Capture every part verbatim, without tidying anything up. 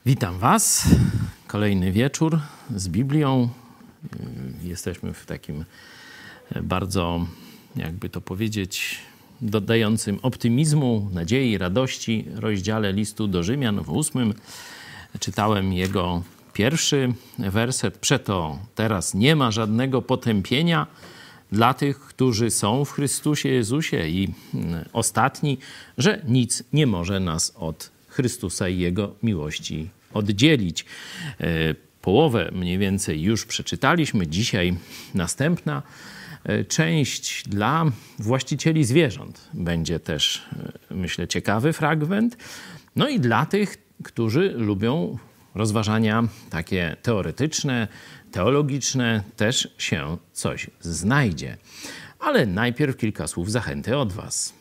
Witam Was. Kolejny wieczór z Biblią. Jesteśmy w takim bardzo, jakby to powiedzieć, dodającym optymizmu, nadziei, radości rozdziale listu do Rzymian w ósmym. Czytałem jego pierwszy werset. Przeto teraz nie ma żadnego potępienia dla tych, którzy są w Chrystusie Jezusie, i ostatni, że nic nie może nas od Chrystusa i Jego miłości oddzielić. Połowę mniej więcej już przeczytaliśmy. Dzisiaj następna część dla właścicieli zwierząt. Będzie też, myślę, ciekawy fragment. No i dla tych, którzy lubią rozważania takie teoretyczne, teologiczne, też się coś znajdzie. Ale najpierw kilka słów zachęty od Was.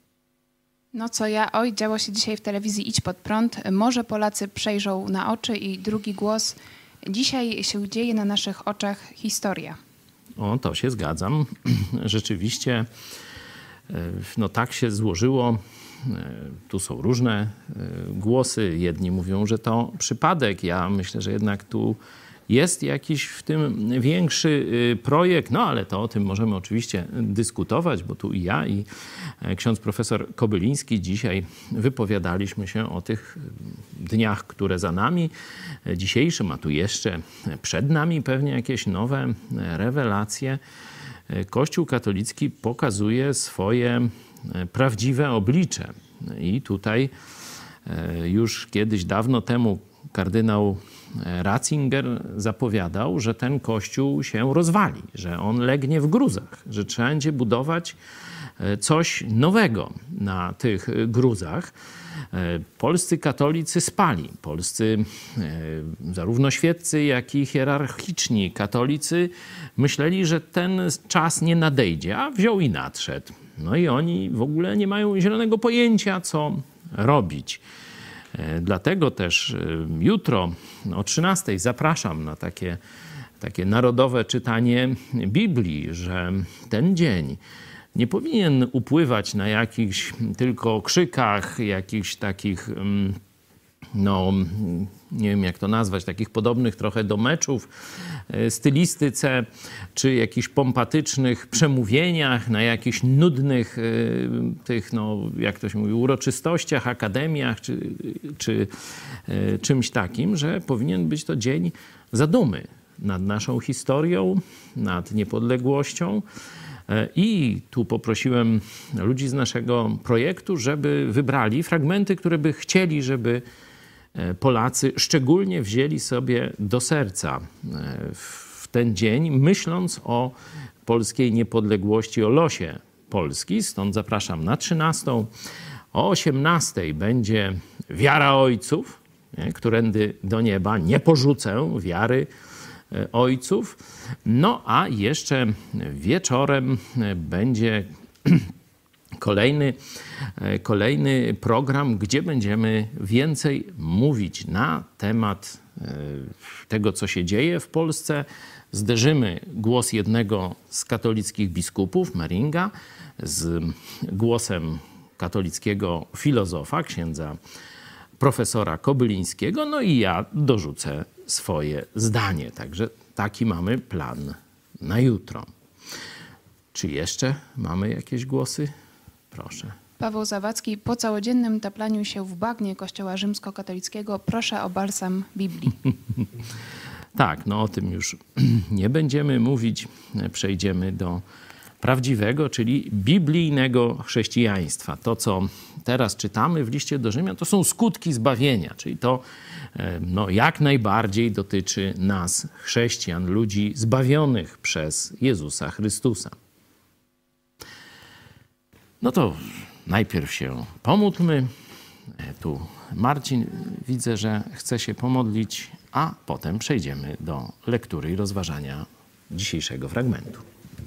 No co ja, oj, działo się dzisiaj w telewizji Idź Pod Prąd. Może Polacy przejrzą na oczy i drugi głos. Dzisiaj się dzieje na naszych oczach historia. O, to się zgadzam. Rzeczywiście, no tak się złożyło. Tu są różne głosy. Jedni mówią, że to przypadek. Ja myślę, że jednak tu jest jakiś w tym większy projekt, no ale to o tym możemy oczywiście dyskutować, bo tu i ja, i ksiądz profesor Kobyliński dzisiaj wypowiadaliśmy się o tych dniach, które za nami, dzisiejszym, a tu jeszcze przed nami pewnie jakieś nowe rewelacje. Kościół katolicki pokazuje swoje prawdziwe oblicze. I tutaj już kiedyś, dawno temu, kardynał Ratzinger zapowiadał, że ten kościół się rozwali, że on legnie w gruzach, że trzeba będzie budować coś nowego na tych gruzach. Polscy katolicy spali. Polscy, zarówno świeccy, jak i hierarchiczni katolicy myśleli, że ten czas nie nadejdzie, a wziął i nadszedł. No i oni w ogóle nie mają zielonego pojęcia, co robić. Dlatego też jutro o trzynastej zapraszam na takie, takie narodowe czytanie Biblii, że ten dzień nie powinien upływać na jakichś tylko krzykach, jakichś takich, no nie wiem jak to nazwać, takich podobnych trochę do meczów, stylistyce, czy jakichś pompatycznych przemówieniach, na jakichś nudnych tych, no jak to się mówi, uroczystościach, akademiach, czy, czy czymś takim, że powinien być to dzień zadumy nad naszą historią, nad niepodległością. I tu poprosiłem ludzi z naszego projektu, żeby wybrali fragmenty, które by chcieli, żeby Polacy szczególnie wzięli sobie do serca w ten dzień, myśląc o polskiej niepodległości, o losie Polski. Stąd zapraszam na trzynastą. O osiemnastej będzie wiara ojców, nie? Którędy do nieba nie porzucę wiary ojców. No a jeszcze wieczorem będzie Kolejny, kolejny program, gdzie będziemy więcej mówić na temat tego, co się dzieje w Polsce. Zderzymy głos jednego z katolickich biskupów, Meringa, z głosem katolickiego filozofa, księdza profesora Kobylińskiego, no i ja dorzucę swoje zdanie. Także taki mamy plan na jutro. Czy jeszcze mamy jakieś głosy? Proszę. Paweł Zawadzki, po całodziennym taplaniu się w bagnie Kościoła rzymskokatolickiego proszę o balsam Biblii. Tak, no o tym już nie będziemy mówić. Przejdziemy do prawdziwego, czyli biblijnego chrześcijaństwa. To, co teraz czytamy w liście do Rzymian, to są skutki zbawienia, czyli to no, jak najbardziej dotyczy nas, chrześcijan, ludzi zbawionych przez Jezusa Chrystusa. No to najpierw się pomódlmy. Tu Marcin widzę, że chce się pomodlić, a potem przejdziemy do lektury i rozważania dzisiejszego fragmentu.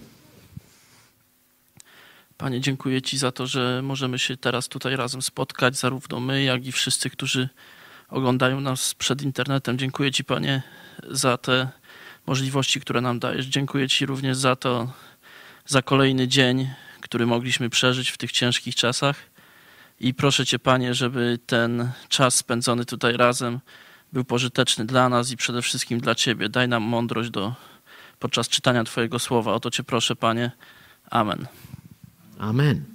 Panie, dziękuję Ci za to, że możemy się teraz tutaj razem spotkać, zarówno my, jak i wszyscy, którzy oglądają nas przed internetem. Dziękuję Ci, Panie, za te możliwości, które nam dajesz. Dziękuję Ci również za to, za kolejny dzień, który mogliśmy przeżyć w tych ciężkich czasach. I proszę Cię, Panie, żeby ten czas spędzony tutaj razem był pożyteczny dla nas i przede wszystkim dla Ciebie. Daj nam mądrość do, podczas czytania Twojego słowa. O to Cię proszę, Panie. Amen. Amen.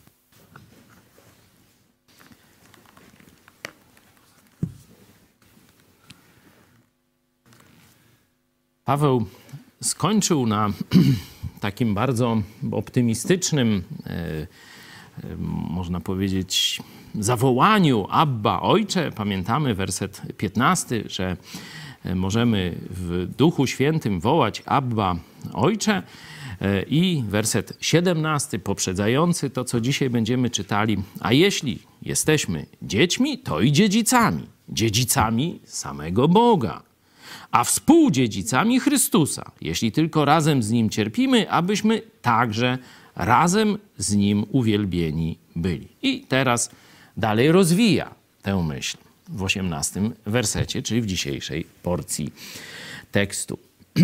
Paweł skończył na takim bardzo optymistycznym, można powiedzieć, zawołaniu Abba, Ojcze. Pamiętamy werset piętnasty, że możemy w Duchu Świętym wołać Abba, Ojcze. I werset siedemnasty, poprzedzający to, co dzisiaj będziemy czytali. A jeśli jesteśmy dziećmi, to i dziedzicami. Dziedzicami samego Boga. A współdziedzicami Chrystusa, jeśli tylko razem z Nim cierpimy, abyśmy także razem z Nim uwielbieni byli. I teraz dalej rozwija tę myśl w osiemnastym wersecie, czyli w dzisiejszej porcji tekstu.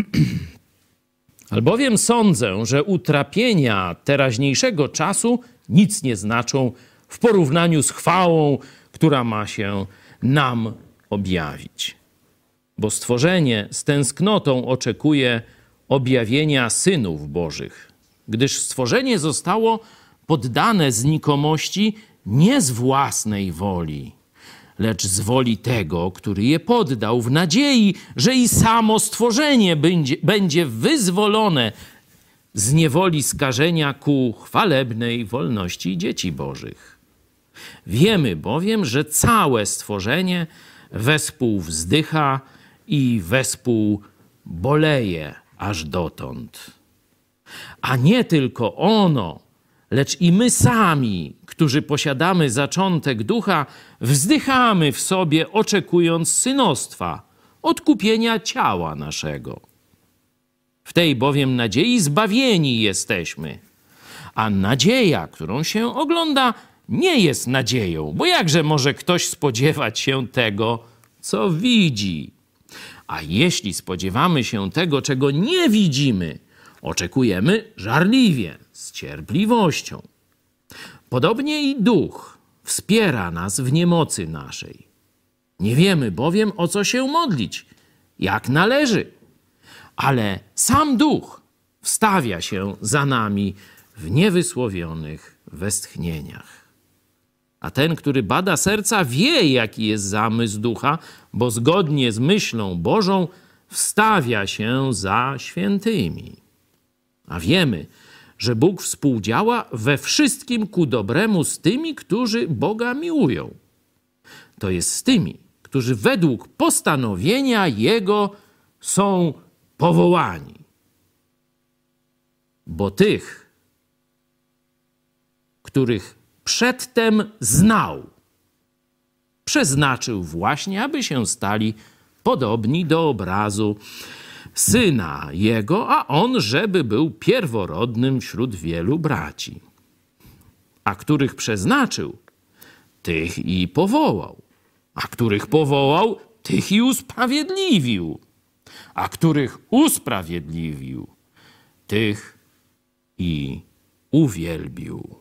Albowiem sądzę, że utrapienia teraźniejszego czasu nic nie znaczą w porównaniu z chwałą, która ma się nam objawić. Bo stworzenie z tęsknotą oczekuje objawienia synów Bożych, gdyż stworzenie zostało poddane znikomości nie z własnej woli, lecz z woli tego, który je poddał, w nadziei, że i samo stworzenie będzie, będzie wyzwolone z niewoli skażenia ku chwalebnej wolności dzieci Bożych. Wiemy bowiem, że całe stworzenie wespół wzdycha i wespół boleje aż dotąd. A nie tylko ono, lecz i my sami, którzy posiadamy zaczątek ducha, wzdychamy w sobie, oczekując synostwa, odkupienia ciała naszego. W tej bowiem nadziei zbawieni jesteśmy. A nadzieja, którą się ogląda, nie jest nadzieją, bo jakże może ktoś spodziewać się tego, co widzi? A jeśli spodziewamy się tego, czego nie widzimy, oczekujemy żarliwie, z cierpliwością. Podobnie i duch wspiera nas w niemocy naszej. Nie wiemy bowiem, o co się modlić, jak należy. Ale sam duch wstawia się za nami w niewysłowionych westchnieniach. A ten, który bada serca, wie, jaki jest zamysł ducha, bo zgodnie z myślą Bożą wstawia się za świętymi. A wiemy, że Bóg współdziała we wszystkim ku dobremu z tymi, którzy Boga miłują. To jest z tymi, którzy według postanowienia Jego są powołani. Bo tych, których przedtem znał, przeznaczył właśnie, aby się stali podobni do obrazu Syna Jego, a On, żeby był pierworodnym wśród wielu braci. A których przeznaczył, tych i powołał. A których powołał, tych i usprawiedliwił. A których usprawiedliwił, tych i uwielbił.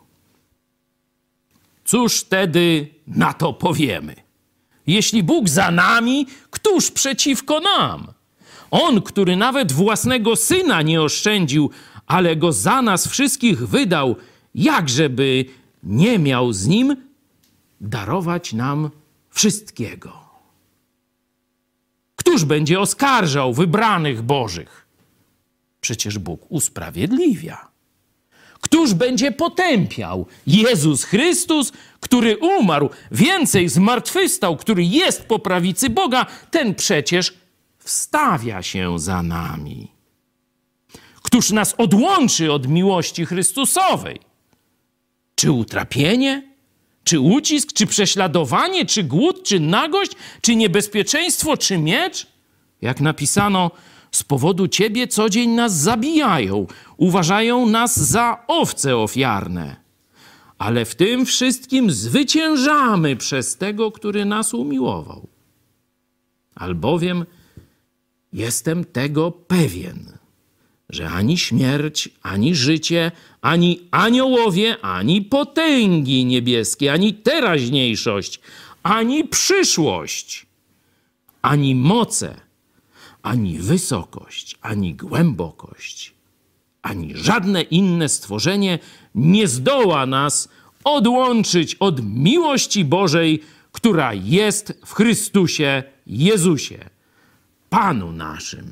Cóż tedy na to powiemy? Jeśli Bóg za nami, któż przeciwko nam? On, który nawet własnego Syna nie oszczędził, ale Go za nas wszystkich wydał, jakżeby nie miał z Nim darować nam wszystkiego. Któż będzie oskarżał wybranych Bożych? Przecież Bóg usprawiedliwia. Któż będzie potępiał? Jezus Chrystus, który umarł, więcej zmartwychwstał, który jest po prawicy Boga, ten przecież wstawia się za nami. Któż nas odłączy od miłości Chrystusowej? Czy utrapienie? Czy ucisk? Czy prześladowanie? Czy głód? Czy nagość? Czy niebezpieczeństwo? Czy miecz? Jak napisano, z powodu Ciebie co dzień nas zabijają, uważają nas za owce ofiarne. Ale w tym wszystkim zwyciężamy przez tego, który nas umiłował. Albowiem jestem tego pewien, że ani śmierć, ani życie, ani aniołowie, ani potęgi niebieskie, ani teraźniejszość, ani przyszłość, ani moce, ani wysokość, ani głębokość, ani żadne inne stworzenie nie zdoła nas odłączyć od miłości Bożej, która jest w Chrystusie Jezusie, Panu naszym.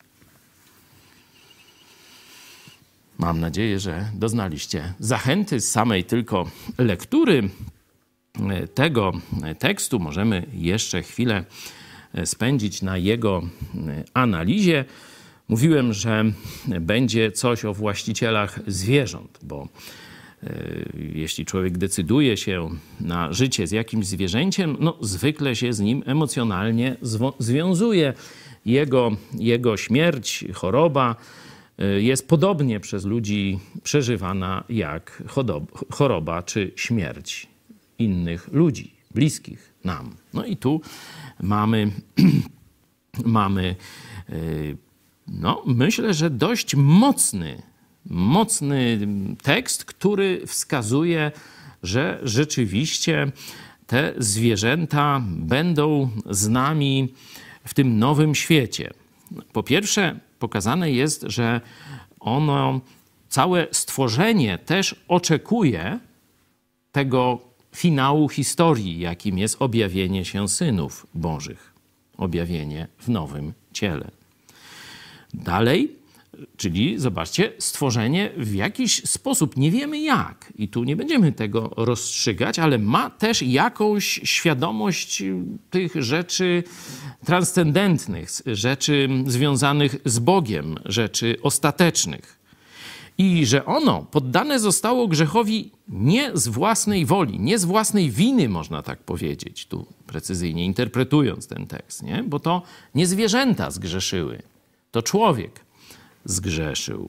Mam nadzieję, że doznaliście zachęty z samej tylko lektury tego tekstu. Możemy jeszcze chwilę spędzić na jego analizie. Mówiłem, że będzie coś o właścicielach zwierząt, bo jeśli człowiek decyduje się na życie z jakimś zwierzęciem, no zwykle się z nim emocjonalnie związuje. Jego, jego śmierć, choroba jest podobnie przez ludzi przeżywana jak choroba czy śmierć innych ludzi, bliskich nam. No i tu mamy, mamy no myślę, że dość mocny, mocny tekst, który wskazuje, że rzeczywiście te zwierzęta będą z nami w tym nowym świecie. Po pierwsze, pokazane jest, że ono, całe stworzenie też oczekuje tego finału historii, jakim jest objawienie się synów Bożych, objawienie w nowym ciele. Dalej, czyli zobaczcie, stworzenie w jakiś sposób, nie wiemy jak, i tu nie będziemy tego rozstrzygać, ale ma też jakąś świadomość tych rzeczy transcendentnych, rzeczy związanych z Bogiem, rzeczy ostatecznych. I że ono poddane zostało grzechowi nie z własnej woli, nie z własnej winy, można tak powiedzieć, tu precyzyjnie interpretując ten tekst, nie? Bo to nie zwierzęta zgrzeszyły, to człowiek zgrzeszył.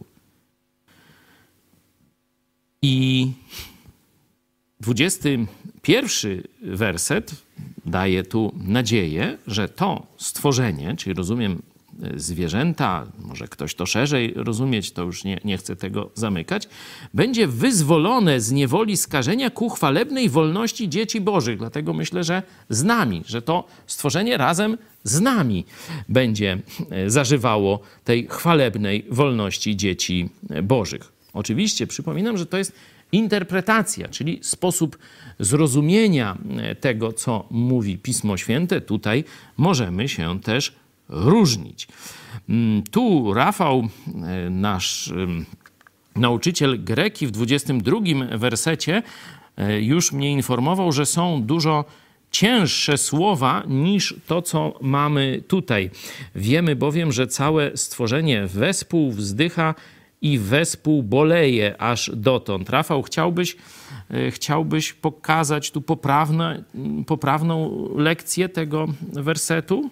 I dwudziesty pierwszy werset daje tu nadzieję, że to stworzenie, czyli rozumiem zwierzęta, może ktoś to szerzej rozumieć, to już nie, nie chcę tego zamykać, będzie wyzwolone z niewoli skażenia ku chwalebnej wolności dzieci Bożych. Dlatego myślę, że z nami, że to stworzenie razem z nami będzie zażywało tej chwalebnej wolności dzieci Bożych. Oczywiście przypominam, że to jest interpretacja, czyli sposób zrozumienia tego, co mówi Pismo Święte. Tutaj możemy się też różnić. Tu Rafał, nasz nauczyciel greki, w dwudziestym drugim wersecie już mnie informował, że są dużo cięższe słowa niż to, co mamy tutaj. Wiemy bowiem, że całe stworzenie wespół wzdycha i wespół boleje aż dotąd. Rafał, chciałbyś, chciałbyś pokazać tu poprawne, poprawną lekcję tego wersetu?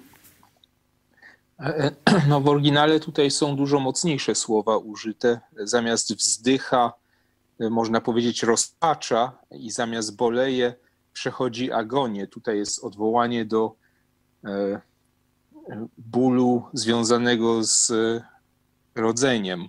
No w oryginale tutaj są dużo mocniejsze słowa użyte. Zamiast wzdycha, można powiedzieć rozpacza, i zamiast boleje przechodzi agonię. Tutaj jest odwołanie do bólu związanego z rodzeniem,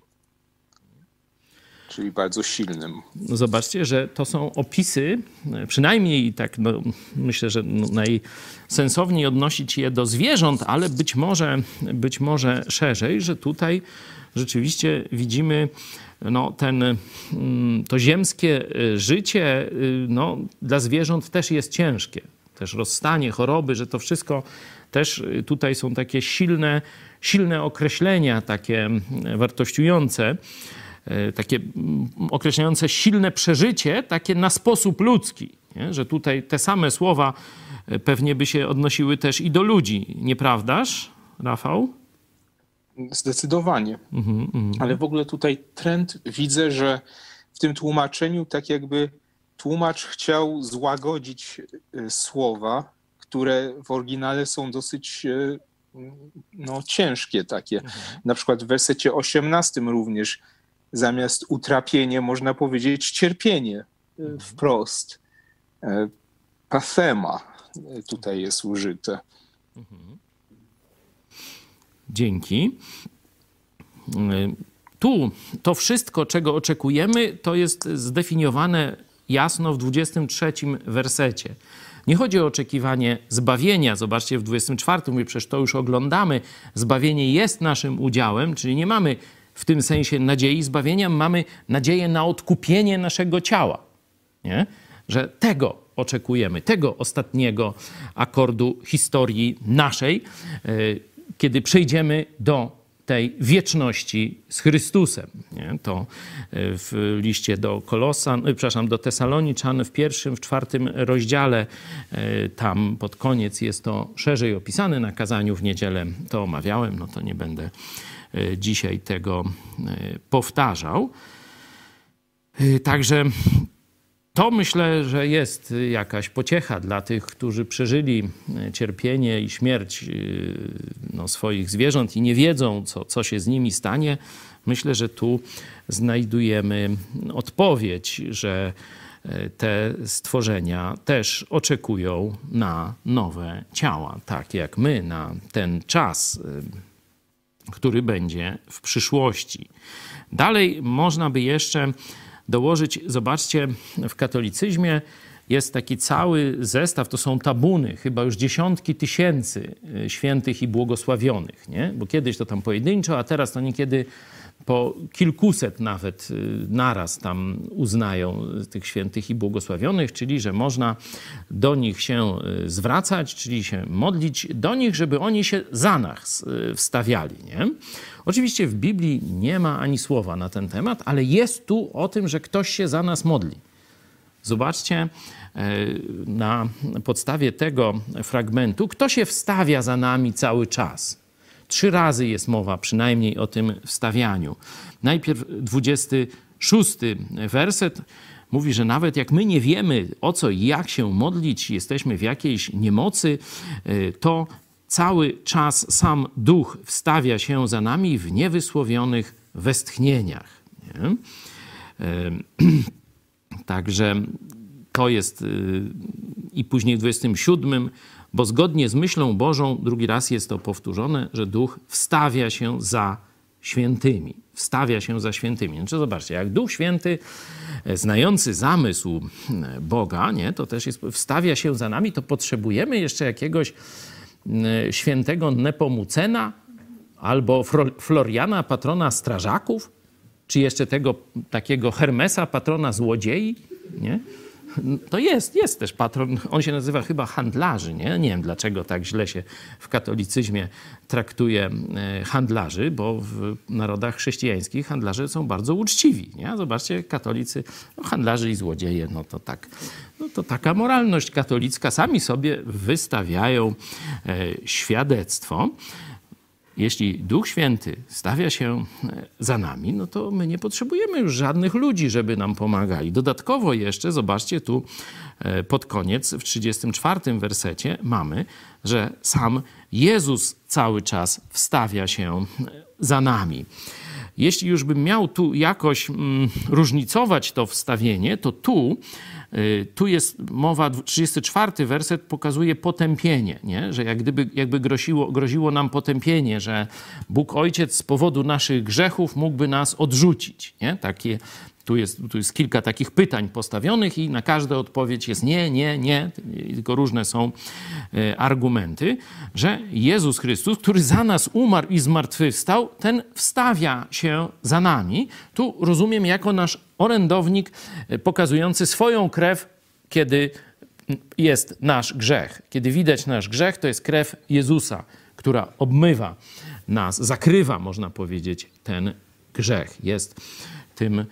czyli bardzo silnym. No zobaczcie, że to są opisy, przynajmniej tak, no, myślę, że najsensowniej odnosić je do zwierząt, ale być może, być może szerzej, że tutaj rzeczywiście widzimy no, ten, to ziemskie życie no, dla zwierząt też jest ciężkie. Też rozstanie, choroby, że to wszystko też tutaj są takie silne, silne określenia, takie wartościujące, takie określające silne przeżycie, takie na sposób ludzki. Nie? Że tutaj te same słowa pewnie by się odnosiły też i do ludzi. Nieprawdaż, Rafał? Zdecydowanie. Mhm, mhm. Ale w ogóle tutaj trend widzę, że w tym tłumaczeniu tak jakby tłumacz chciał złagodzić słowa, które w oryginale są dosyć no, ciężkie takie. Mhm. Na przykład w wersecie osiemnastym również zamiast utrapienie można powiedzieć cierpienie mhm. wprost. Pathema tutaj jest użyte. Mhm. Dzięki. Tu to wszystko, czego oczekujemy, to jest zdefiniowane jasno w dwudziestym trzecim wersecie. Nie chodzi o oczekiwanie zbawienia. Zobaczcie, w dwudziestym czwartym mówi, przecież to już oglądamy. Zbawienie jest naszym udziałem, czyli nie mamy w tym sensie nadziei zbawienia, mamy nadzieję na odkupienie naszego ciała. Nie? Że tego oczekujemy, tego ostatniego akordu historii naszej, kiedy przejdziemy do tej wieczności z Chrystusem. Nie? To w liście do Kolosan, przepraszam, do Tesaloniczan w pierwszym, w czwartym rozdziale, tam pod koniec jest to szerzej opisane na kazaniu w niedzielę. To omawiałem, no to nie będę dzisiaj tego powtarzał. Także to myślę, że jest jakaś pociecha dla tych, którzy przeżyli cierpienie i śmierć no, swoich zwierząt i nie wiedzą, co, co się z nimi stanie. Myślę, że tu znajdujemy odpowiedź, że te stworzenia też oczekują na nowe ciała, tak jak my, na ten czas, który będzie w przyszłości. Dalej można by jeszcze dołożyć, zobaczcie, w katolicyzmie jest taki cały zestaw, to są tabuny, chyba już dziesiątki tysięcy świętych i błogosławionych, nie? Bo kiedyś to tam pojedynczo, a teraz to niekiedy po kilkuset nawet naraz tam uznają tych świętych i błogosławionych, czyli że można do nich się zwracać, czyli się modlić do nich, żeby oni się za nas wstawiali, nie? Oczywiście w Biblii nie ma ani słowa na ten temat, ale jest tu o tym, że ktoś się za nas modli. Zobaczcie na podstawie tego fragmentu, kto się wstawia za nami cały czas. Trzy razy jest mowa przynajmniej o tym wstawianiu. Najpierw dwudziesty szósty werset mówi, że nawet jak my nie wiemy o co i jak się modlić, jesteśmy w jakiejś niemocy, to cały czas sam Duch wstawia się za nami w niewysłowionych westchnieniach. Nie? Także to jest i później w dwudziestym siódmym, bo zgodnie z myślą Bożą, drugi raz jest to powtórzone, że Duch wstawia się za świętymi. Wstawia się za świętymi. Znaczy zobaczcie, jak Duch Święty, znający zamysł Boga, nie, to też jest, wstawia się za nami, to potrzebujemy jeszcze jakiegoś świętego Nepomucena albo Floriana, patrona strażaków, czy jeszcze tego takiego Hermesa, patrona złodziei, nie? To jest, jest też patron, on się nazywa chyba handlarzy, nie? Nie wiem, dlaczego tak źle się w katolicyzmie traktuje handlarzy, bo w narodach chrześcijańskich handlarze są bardzo uczciwi, nie? Zobaczcie, katolicy, no handlarzy i złodzieje, no to tak, no to taka moralność katolicka, sami sobie wystawiają e, świadectwo. Jeśli Duch Święty stawia się za nami, no to my nie potrzebujemy już żadnych ludzi, żeby nam pomagali. Dodatkowo jeszcze, zobaczcie tu pod koniec, w trzydziestym czwartym wersecie mamy, że sam Jezus cały czas wstawia się za nami. Jeśli już bym miał tu jakoś mm, różnicować to wstawienie, to tu, y, tu jest mowa, trzydziesty czwarty werset pokazuje potępienie, nie? Że jak gdyby jakby groziło, groziło nam potępienie, że Bóg Ojciec z powodu naszych grzechów mógłby nas odrzucić. Nie? Takie, tu, jest, tu jest kilka takich pytań postawionych i na każde odpowiedź jest nie, nie, nie, tylko różne są y, argumenty, że Jezus Chrystus, który za nas umarł i zmartwychwstał, ten wstawia się za nami. Tu rozumiem jako nasz orędownik pokazujący swoją krew, kiedy jest nasz grzech. Kiedy widać nasz grzech, to jest krew Jezusa, która obmywa nas, zakrywa, można powiedzieć, ten grzech. Jest tym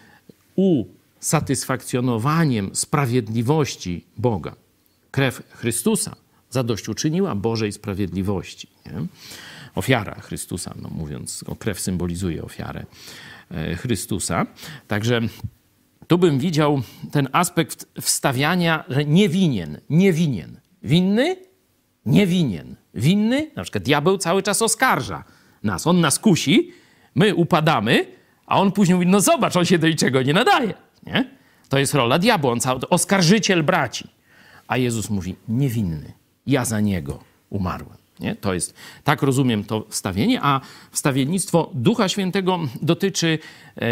usatysfakcjonowaniem sprawiedliwości Boga. Krew Chrystusa zadośćuczyniła Bożej sprawiedliwości. Nie? Ofiara Chrystusa, no mówiąc, o krew symbolizuje ofiarę Chrystusa. Także tu bym widział ten aspekt wstawiania, że nie winien, nie winien. Winny? Nie winien. Winny? Na przykład diabeł cały czas oskarża nas. On nas kusi, my upadamy, a on później mówi, no zobacz, on się do niczego nie nadaje. Nie? To jest rola diabła, on cały, oskarżyciel braci. A Jezus mówi, niewinny, ja za niego umarłem. Nie? To jest, tak rozumiem to wstawienie, a wstawiennictwo Ducha Świętego dotyczy e,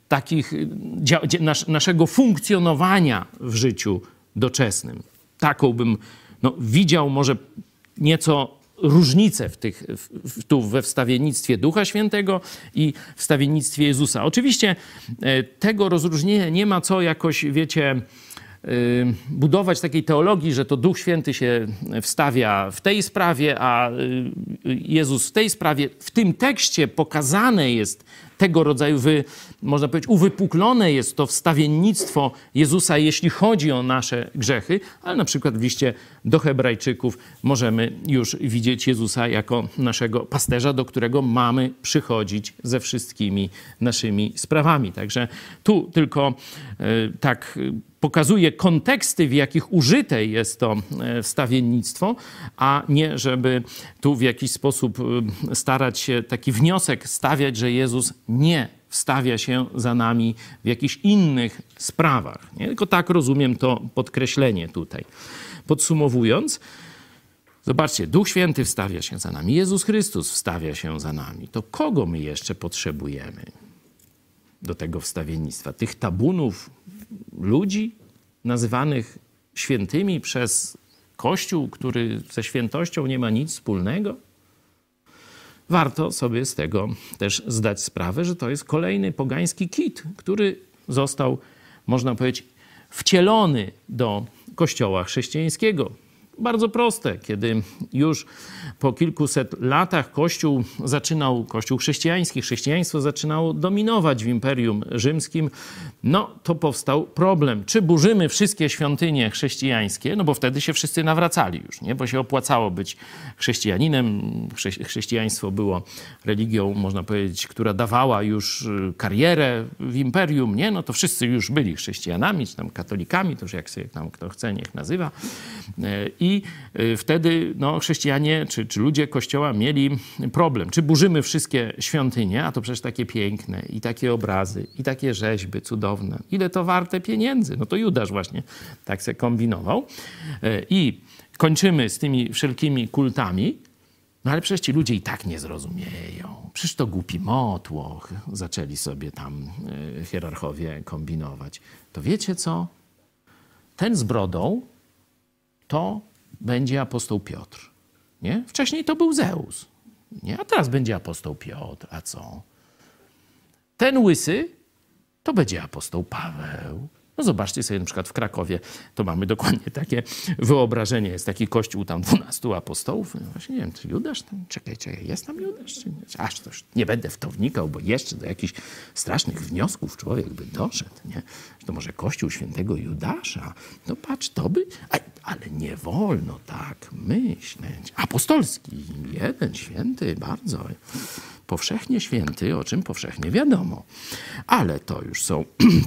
takich nas, naszego funkcjonowania w życiu doczesnym. Taką bym no, widział może nieco różnicę w tych, w, tu we wstawiennictwie Ducha Świętego i wstawiennictwie Jezusa. Oczywiście tego rozróżnienia nie ma co jakoś, wiecie, budować takiej teologii, że to Duch Święty się wstawia w tej sprawie, a Jezus w tej sprawie. W tym tekście pokazane jest tego rodzaju, wy, można powiedzieć, uwypuklone jest to wstawiennictwo Jezusa, jeśli chodzi o nasze grzechy, ale na przykład w liście do Hebrajczyków możemy już widzieć Jezusa jako naszego pasterza, do którego mamy przychodzić ze wszystkimi naszymi sprawami. Także tu tylko y, tak pokazuje konteksty, w jakich użyte jest to wstawiennictwo, a nie żeby tu w jakiś sposób starać się taki wniosek stawiać, że Jezus nie wstawia się za nami w jakichś innych sprawach. Nie? Tylko tak rozumiem to podkreślenie tutaj. Podsumowując, zobaczcie, Duch Święty wstawia się za nami, Jezus Chrystus wstawia się za nami. To kogo my jeszcze potrzebujemy do tego wstawiennictwa? Tych tabunów ludzi nazywanych świętymi przez Kościół, który ze świętością nie ma nic wspólnego? Warto sobie z tego też zdać sprawę, że to jest kolejny pogański kit, który został, można powiedzieć, wcielony do Kościoła chrześcijańskiego. Bardzo proste, kiedy już po kilkuset latach Kościół zaczynał, Kościół chrześcijański, chrześcijaństwo zaczynało dominować w Imperium Rzymskim, no to powstał problem. Czy burzymy wszystkie świątynie chrześcijańskie? No bo wtedy się wszyscy nawracali już, nie? Bo się opłacało być chrześcijaninem. Chrze chrześcijaństwo było religią, można powiedzieć, która dawała już karierę w Imperium, nie? No to wszyscy już byli chrześcijanami, czy tam katolikami, to już jak sobie tam kto chce, niech nazywa. I wtedy no, chrześcijanie czy, czy ludzie Kościoła mieli problem. Czy burzymy wszystkie świątynie, a to przecież takie piękne i takie obrazy i takie rzeźby cudowne. Ile to warte pieniędzy? No to Judasz właśnie tak se kombinował. I kończymy z tymi wszelkimi kultami, no ale przecież ci ludzie i tak nie zrozumieją. Przecież to głupi motłoch. Zaczęli sobie tam hierarchowie kombinować. To wiecie co? Ten z brodą to będzie apostoł Piotr. Nie? Wcześniej to był Zeus. Nie? A teraz będzie apostoł Piotr. A co? Ten łysy to będzie apostoł Paweł. No zobaczcie sobie na przykład w Krakowie, to mamy dokładnie takie wyobrażenie. Jest taki kościół tam dwunastu apostołów. No właśnie nie wiem, czy Judasz tam? Czekaj, czekaj, jest tam Judasz? Czy nie? Aż to już nie będę w to wnikał, bo jeszcze do jakichś strasznych wniosków człowiek by doszedł, nie? To może kościół świętego Judasza? No patrz, to by... A, ale nie wolno tak myśleć. Apostolski, jeden święty, bardzo powszechnie święty, o czym powszechnie wiadomo. Ale to już są...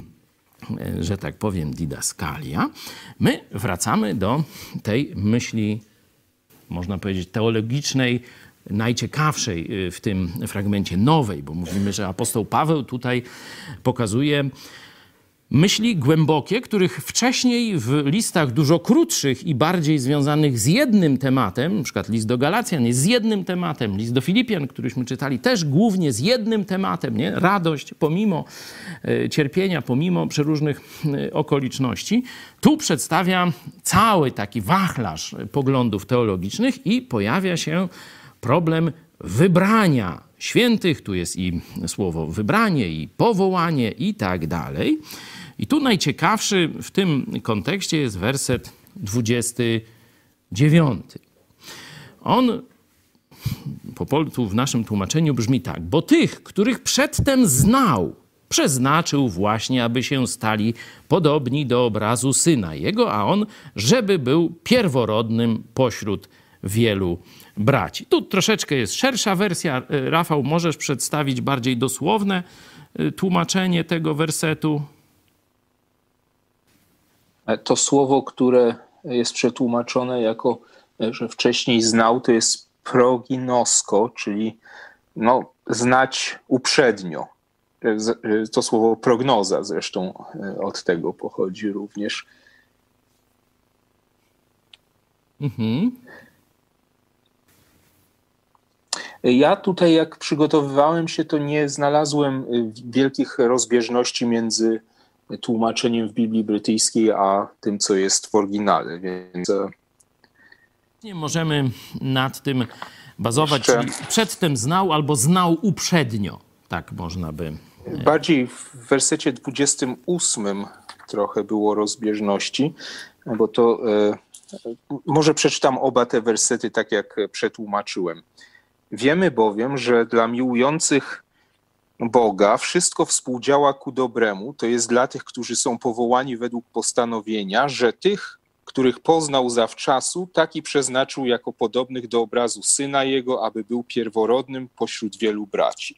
że tak powiem, didaskalia, my wracamy do tej myśli, można powiedzieć, teologicznej, najciekawszej w tym fragmencie, nowej, bo mówimy, że apostoł Paweł tutaj pokazuje myśli głębokie, których wcześniej w listach dużo krótszych i bardziej związanych z jednym tematem, na przykład list do Galacjan jest z jednym tematem, list do Filipian, któryśmy czytali, też głównie z jednym tematem, nie? Radość pomimo e, cierpienia, pomimo przeróżnych e, okoliczności. Tu przedstawia cały taki wachlarz poglądów teologicznych i pojawia się problem wybrania świętych. Tu jest i słowo wybranie, i powołanie, i tak dalej. I tu najciekawszy w tym kontekście jest werset dwudziesty dziewiąty. On po polsku w naszym tłumaczeniu brzmi tak. Bo tych, których przedtem znał, przeznaczył właśnie, aby się stali podobni do obrazu Syna Jego, a On, żeby był pierworodnym pośród wielu braci. Tu troszeczkę jest szersza wersja. Rafał, możesz przedstawić bardziej dosłowne tłumaczenie tego wersetu? To słowo, które jest przetłumaczone jako, że wcześniej znał, to jest proginosko, czyli no, znać uprzednio. To słowo prognoza zresztą od tego pochodzi również. Mhm. Ja tutaj, jak przygotowywałem się, to nie znalazłem wielkich rozbieżności między tłumaczeniem w Biblii Brytyjskiej a tym, co jest w oryginale, więc... Nie możemy nad tym bazować, Jeszcze... czyli przedtem znał albo znał uprzednio, tak można by... Bardziej w wersecie dwudziestym ósmym trochę było rozbieżności, bo to... Może przeczytam oba te wersety tak, jak przetłumaczyłem. Wiemy bowiem, że dla miłujących Boga wszystko współdziała ku dobremu, to jest dla tych, którzy są powołani według postanowienia, że tych, których poznał zawczasu, taki przeznaczył jako podobnych do obrazu Syna Jego, aby był pierworodnym pośród wielu braci.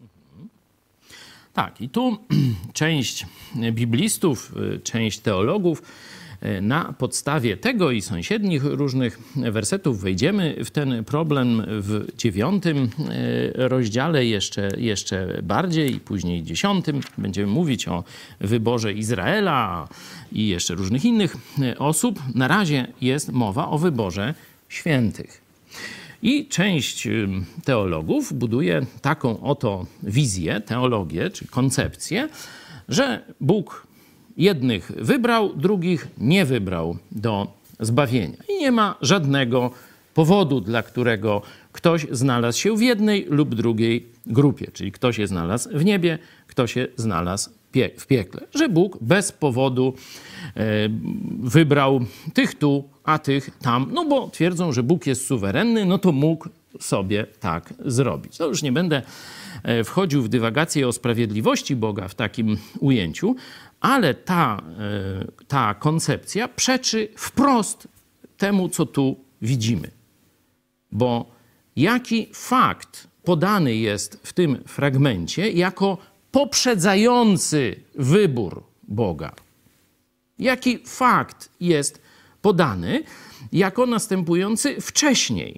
Tak, i tu część biblistów, część teologów na podstawie tego i sąsiednich różnych wersetów wejdziemy w ten problem w dziewiątym rozdziale jeszcze, jeszcze bardziej i później dziesiątym. Będziemy mówić o wyborze Izraela i jeszcze różnych innych osób. Na razie jest mowa o wyborze świętych. I część teologów buduje taką oto wizję, teologię czy koncepcję, że Bóg jednych wybrał, drugich nie wybrał do zbawienia. I nie ma żadnego powodu, dla którego ktoś znalazł się w jednej lub drugiej grupie. Czyli kto się znalazł w niebie, kto się znalazł w piekle. Że Bóg bez powodu wybrał tych tu, a tych tam. No bo twierdzą, że Bóg jest suwerenny, no to mógł sobie tak zrobić. To już nie będę wchodził w dywagację o sprawiedliwości Boga w takim ujęciu, ale ta, ta koncepcja przeczy wprost temu, co tu widzimy. Bo jaki fakt podany jest w tym fragmencie jako poprzedzający wybór Boga? Jaki fakt jest podany jako następujący wcześniej?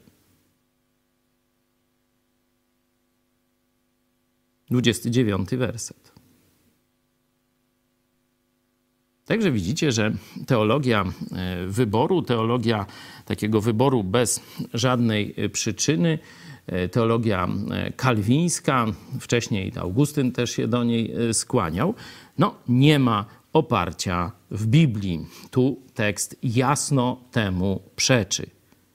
dwudziesty dziewiąty werset. Także widzicie, że teologia wyboru, teologia takiego wyboru bez żadnej przyczyny, teologia kalwińska, wcześniej Augustyn też się do niej skłaniał, no nie ma oparcia w Biblii. Tu tekst jasno temu przeczy.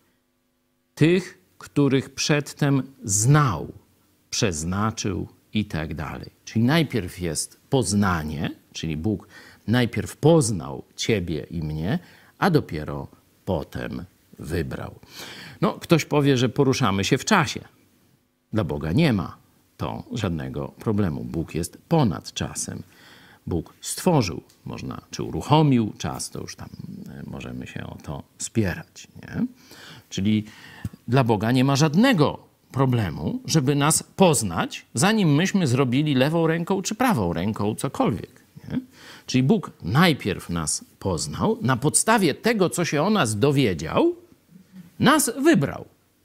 Tych, których przedtem znał, przeznaczył i tak dalej. Czyli najpierw jest poznanie, czyli Bóg najpierw poznał ciebie i mnie, a dopiero potem wybrał. No, ktoś powie, że poruszamy się w czasie. Dla Boga nie ma to żadnego problemu. Bóg jest ponad czasem. Bóg stworzył, można, czy uruchomił czas, to już tam możemy się o to spierać. Nie? Czyli dla Boga nie ma żadnego problemu, żeby nas poznać, zanim myśmy zrobili lewą ręką czy prawą ręką cokolwiek. Nie? Czyli Bóg najpierw nas poznał, na podstawie tego, co się o nas dowiedział, nas wybrał.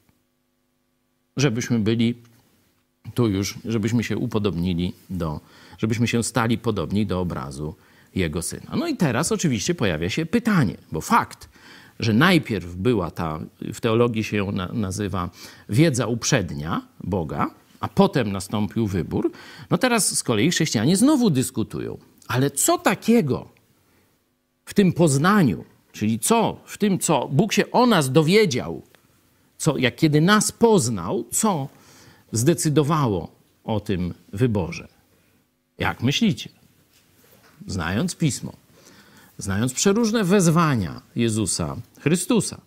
Żebyśmy byli tu już, żebyśmy się upodobnili do, żebyśmy się stali podobni do obrazu Jego Syna. No i teraz oczywiście pojawia się pytanie, bo fakt, że najpierw była ta, w teologii się ją na, nazywa wiedza uprzednia Boga, a potem nastąpił wybór, no teraz z kolei chrześcijanie znowu dyskutują. Ale co takiego w tym poznaniu, czyli co w tym, co Bóg się o nas dowiedział, co, jak kiedy nas poznał, co zdecydowało o tym wyborze? Jak myślicie? Znając Pismo, znając przeróżne wezwania Jezusa Chrystusa,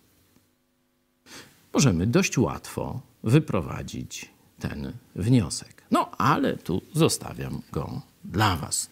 możemy dość łatwo wyprowadzić ten wniosek. No, ale tu zostawiam go dla was.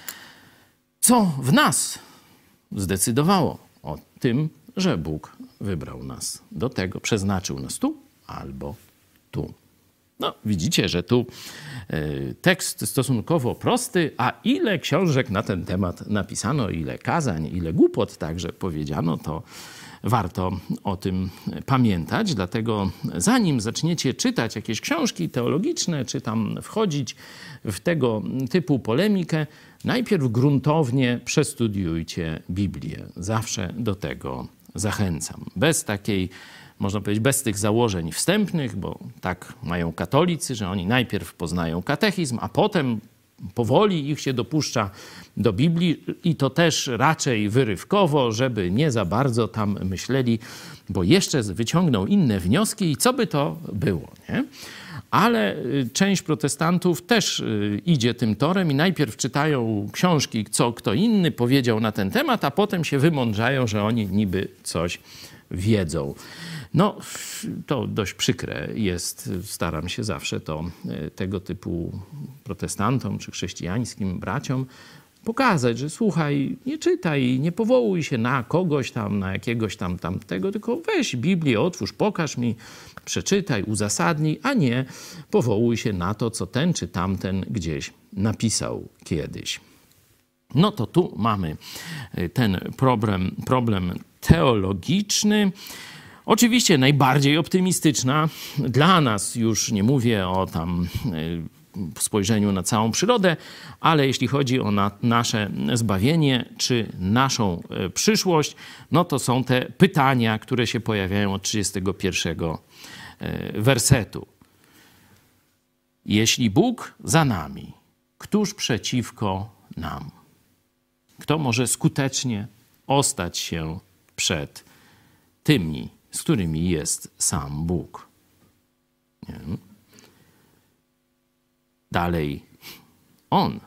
Co w nas zdecydowało o tym, że Bóg wybrał nas do tego, przeznaczył nas tu albo tu? No, widzicie, że tu y, tekst stosunkowo prosty, a ile książek na ten temat napisano, ile kazań, ile głupot także powiedziano, to warto o tym pamiętać. Dlatego zanim zaczniecie czytać jakieś książki teologiczne, czy tam wchodzić w tego typu polemikę, najpierw gruntownie przestudiujcie Biblię. Zawsze do tego zachęcam. Bez takiej można powiedzieć, bez tych założeń wstępnych, bo tak mają katolicy, że oni najpierw poznają katechizm, a potem powoli ich się dopuszcza do Biblii i to też raczej wyrywkowo, żeby nie za bardzo tam myśleli, bo jeszcze wyciągną inne wnioski i co by to było, nie? Ale część protestantów też idzie tym torem i najpierw czytają książki, co kto inny powiedział na ten temat, a potem się wymądrzają, że oni niby coś wiedzą. No, to dość przykre jest. Staram się zawsze to tego typu protestantom czy chrześcijańskim braciom pokazać, że słuchaj, nie czytaj, nie powołuj się na kogoś tam, na jakiegoś tam tamtego, tylko weź Biblię, otwórz, pokaż mi, przeczytaj, uzasadnij, a nie powołuj się na to, co ten czy tamten gdzieś napisał kiedyś. No to tu mamy ten problem, problem teologiczny. Oczywiście najbardziej optymistyczna dla nas, już nie mówię o tam w spojrzeniu na całą przyrodę, ale jeśli chodzi o na, nasze zbawienie czy naszą przyszłość, no to są te pytania, które się pojawiają od trzydziestego pierwszego wersetu. Jeśli Bóg za nami, któż przeciwko nam? Kto może skutecznie ostać się przed tymi, z którymi jest sam Bóg? Nie wiem. Dalej, On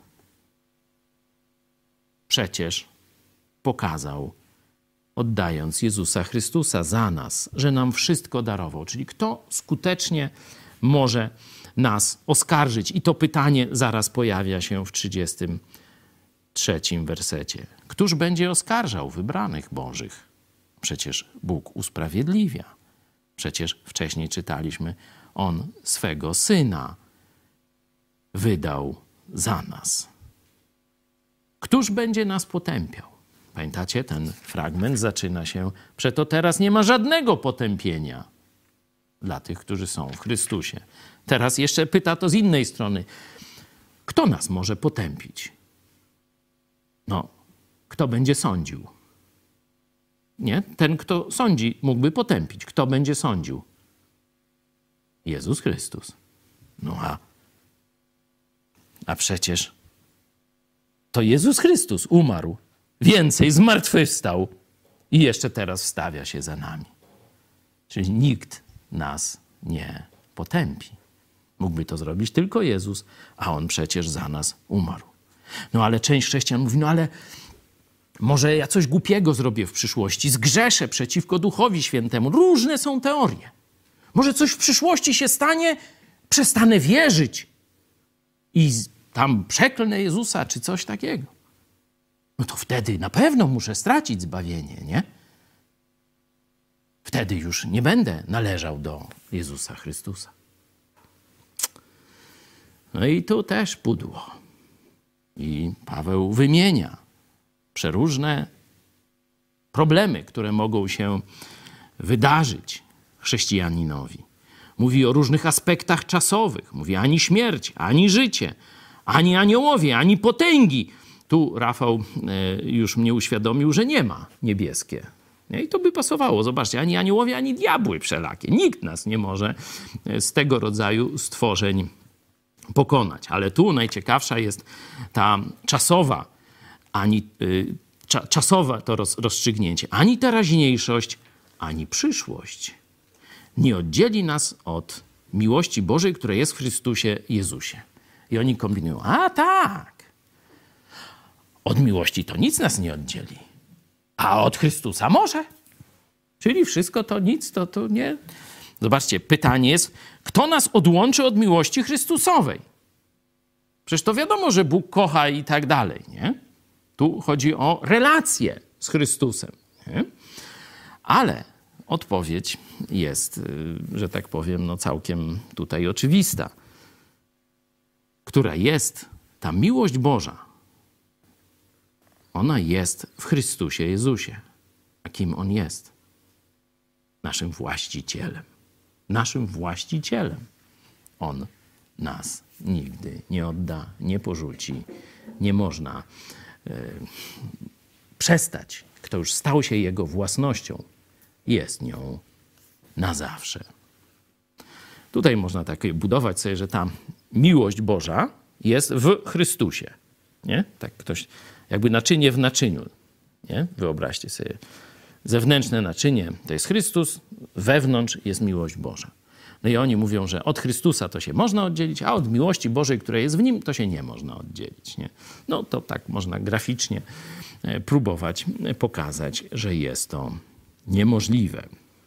przecież pokazał, oddając Jezusa Chrystusa za nas, że nam wszystko darował. Czyli kto skutecznie może nas oskarżyć? I to pytanie zaraz pojawia się w trzydziestym trzecim wersecie. Któż będzie oskarżał wybranych Bożych? Przecież Bóg usprawiedliwia. Przecież wcześniej czytaliśmy, On swego Syna wydał za nas. Któż będzie nas potępiał? Pamiętacie, ten fragment zaczyna się, przeto teraz nie ma żadnego potępienia dla tych, którzy są w Chrystusie. Teraz jeszcze pyta to z innej strony. Kto nas może potępić? No, kto będzie sądził? Nie? Ten, kto sądzi, mógłby potępić. Kto będzie sądził? Jezus Chrystus. No a, a przecież to Jezus Chrystus umarł, więcej zmartwychwstał i jeszcze teraz wstawia się za nami. Czyli nikt nas nie potępi. Mógłby to zrobić tylko Jezus, a On przecież za nas umarł. No ale część chrześcijan mówi, no ale może ja coś głupiego zrobię w przyszłości, zgrzeszę przeciwko Duchowi Świętemu. Różne są teorie. Może coś w przyszłości się stanie, przestanę wierzyć i tam przeklnę Jezusa, czy coś takiego. No to wtedy na pewno muszę stracić zbawienie, nie? Wtedy już nie będę należał do Jezusa Chrystusa. No i tu też pudło. I Paweł wymienia przeróżne problemy, które mogą się wydarzyć chrześcijaninowi. Mówi o różnych aspektach czasowych. Mówi ani śmierć, ani życie, ani aniołowie, ani potęgi. Tu Rafał już mnie uświadomił, że nie ma niebieskie. I to by pasowało. Zobaczcie, ani aniołowie, ani diabły wszelakie. Nikt nas nie może z tego rodzaju stworzeń pokonać. Ale tu najciekawsza jest ta czasowa, ani, y, cza, czasowe to roz, rozstrzygnięcie. Ani teraźniejszość, ani przyszłość nie oddzieli nas od miłości Bożej, która jest w Chrystusie Jezusie. I oni kombinują, a tak, od miłości to nic nas nie oddzieli, a od Chrystusa może. Czyli wszystko to nic, to, to nie... Zobaczcie, pytanie jest, kto nas odłączy od miłości Chrystusowej? Przecież to wiadomo, że Bóg kocha i tak dalej, nie? Tu chodzi o relację z Chrystusem, nie? Ale odpowiedź jest, że tak powiem, no całkiem tutaj oczywista. Która jest, ta miłość Boża, ona jest w Chrystusie Jezusie. A kim On jest? Naszym właścicielem. Naszym właścicielem. On nas nigdy nie odda, nie porzuci. Nie można e, przestać. Kto już stał się Jego własnością, jest nią na zawsze. Tutaj można tak budować sobie, że ta miłość Boża jest w Chrystusie. Nie? Tak ktoś, jakby naczynie w naczyniu. Nie? Wyobraźcie sobie. Zewnętrzne naczynie to jest Chrystus, wewnątrz jest miłość Boża. No i oni mówią, że od Chrystusa to się można oddzielić, a od miłości Bożej, która jest w nim, to się nie można oddzielić. Nie? No to tak można graficznie próbować pokazać, że jest to niemożliwe.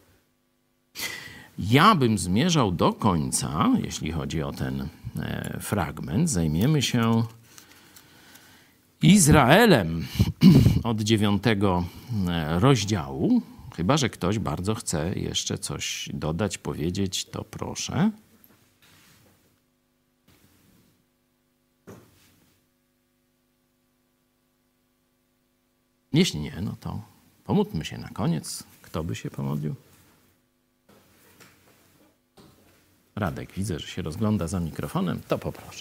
Ja bym zmierzał do końca, jeśli chodzi o ten fragment. Zajmiemy się Izraelem od dziewiątego rozdziału. Chyba że ktoś bardzo chce jeszcze coś dodać, powiedzieć, to proszę. Jeśli nie, no to pomódlmy się na koniec. Kto by się pomodlił? Radek, widzę, że się rozgląda za mikrofonem, to poproszę.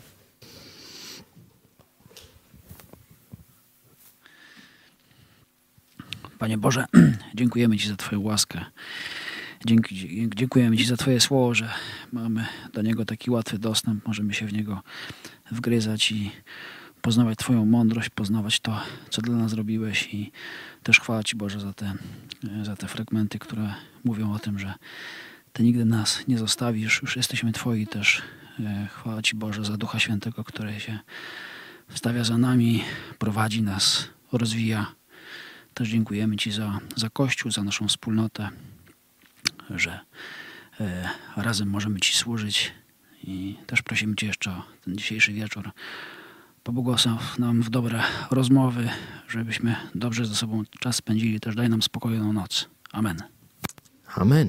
Panie Boże, dziękujemy Ci za Twoją łaskę. Dzięki, dziękujemy Ci za Twoje słowo, że mamy do niego taki łatwy dostęp. Możemy się w niego wgryzać i poznawać Twoją mądrość, poznawać to, co dla nas robiłeś. I też chwała Ci, Boże, za te, za te fragmenty, które mówią o tym, że Ty nigdy nas nie zostawisz. Już jesteśmy Twoi też. Chwała Ci, Boże, za Ducha Świętego, który się wstawia za nami, prowadzi nas, rozwija. Też dziękujemy Ci za, za Kościół, za naszą wspólnotę, że e, razem możemy Ci służyć i też prosimy Cię jeszcze o ten dzisiejszy wieczór. Pobłogosław nam w dobre rozmowy, żebyśmy dobrze ze sobą czas spędzili. Też daj nam spokojną noc. Amen. Amen.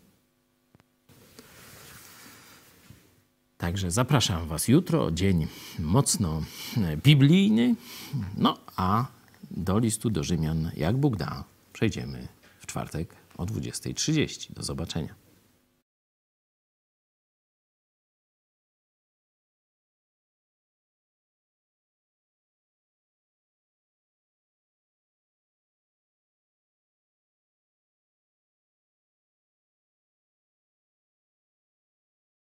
Także zapraszam Was jutro, dzień mocno biblijny, no a do listu do Rzymian, jak Bóg da, przejdziemy w czwartek o dwudziestej trzydzieści. Do zobaczenia.